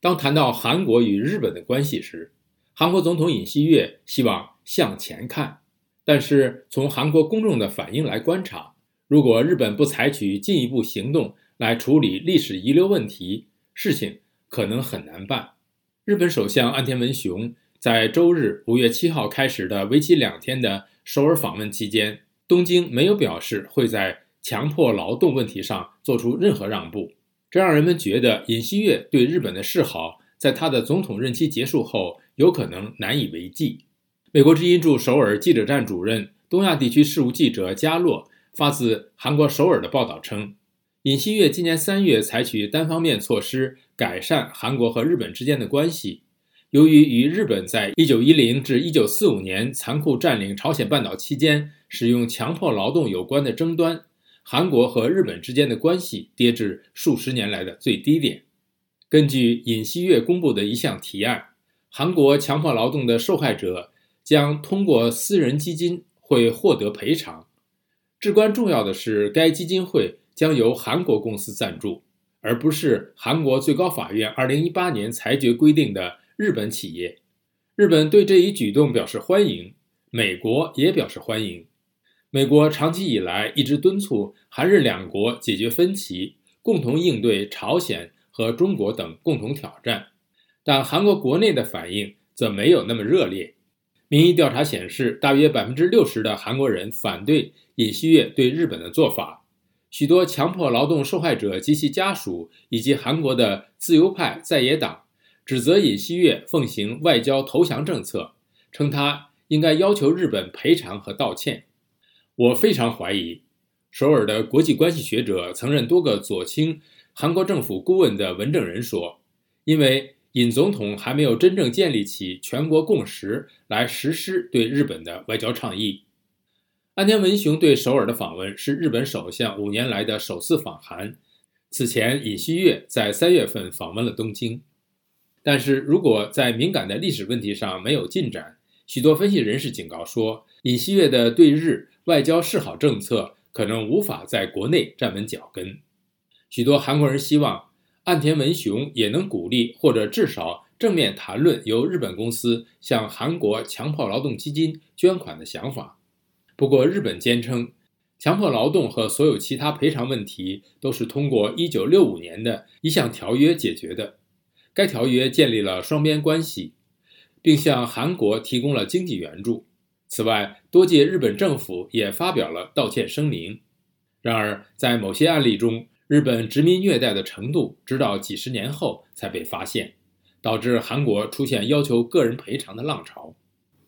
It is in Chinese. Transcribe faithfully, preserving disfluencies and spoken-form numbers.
当谈到韩国与日本的关系时，韩国总统尹锡悦希望向前看，但是从韩国公众的反应来观察，如果日本不采取进一步行动来处理历史遗留问题，事情可能很难办。日本首相岸田文雄在周日五月七号开始的为期两天的首尔访问期间，东京没有表示会在强迫劳动问题上做出任何让步，这让人们觉得尹锡悦对日本的示好在他的总统任期结束后有可能难以为继。美国之音驻首尔记者站主任、东亚地区事务记者加洛发自韩国首尔的报道称，尹锡悦今年三月采取单方面措施改善韩国和日本之间的关系。由于与日本在一九一零至一九四五年残酷占领朝鲜半岛期间使用强迫劳动有关的争端，韩国和日本之间的关系跌至数十年来的最低点。根据尹锡悦公布的一项提案，韩国强迫劳动的受害者将通过私人基金会获得赔偿。至关重要的是，该基金会将由韩国公司赞助，而不是韩国最高法院二零一八年裁决规定的日本企业。日本对这一举动表示欢迎，美国也表示欢迎。美国长期以来一直敦促韩日两国解决分歧，共同应对朝鲜和中国等共同挑战，但韩国国内的反应则没有那么热烈。民意调查显示，大约 百分之六十 的韩国人反对尹锡悦对日本的做法。许多强迫劳动受害者及其家属以及韩国的自由派在野党指责尹锡悦奉行外交投降政策，称他应该要求日本赔偿和道歉。我非常怀疑，首尔的国际关系学者、曾任多个左倾韩国政府顾问的文正人说，因为尹总统还没有真正建立起全国共识来实施对日本的外交倡议。岸田文雄对首尔的访问是日本首相五年来的首次访韩，此前尹锡悦在三月份访问了东京。但是如果在敏感的历史问题上没有进展，许多分析人士警告说，尹锡悦的对日外交示好政策可能无法在国内站稳脚跟。许多韩国人希望岸田文雄也能鼓励或者至少正面谈论由日本公司向韩国强迫劳动基金捐款的想法。不过日本坚称，强迫劳动和所有其他赔偿问题都是通过一九六五年的一项条约解决的。该条约建立了双边关系，并向韩国提供了经济援助。此外，多届日本政府也发表了道歉声明。然而，在某些案例中，日本殖民虐待的程度直到几十年后才被发现，导致韩国出现要求个人赔偿的浪潮。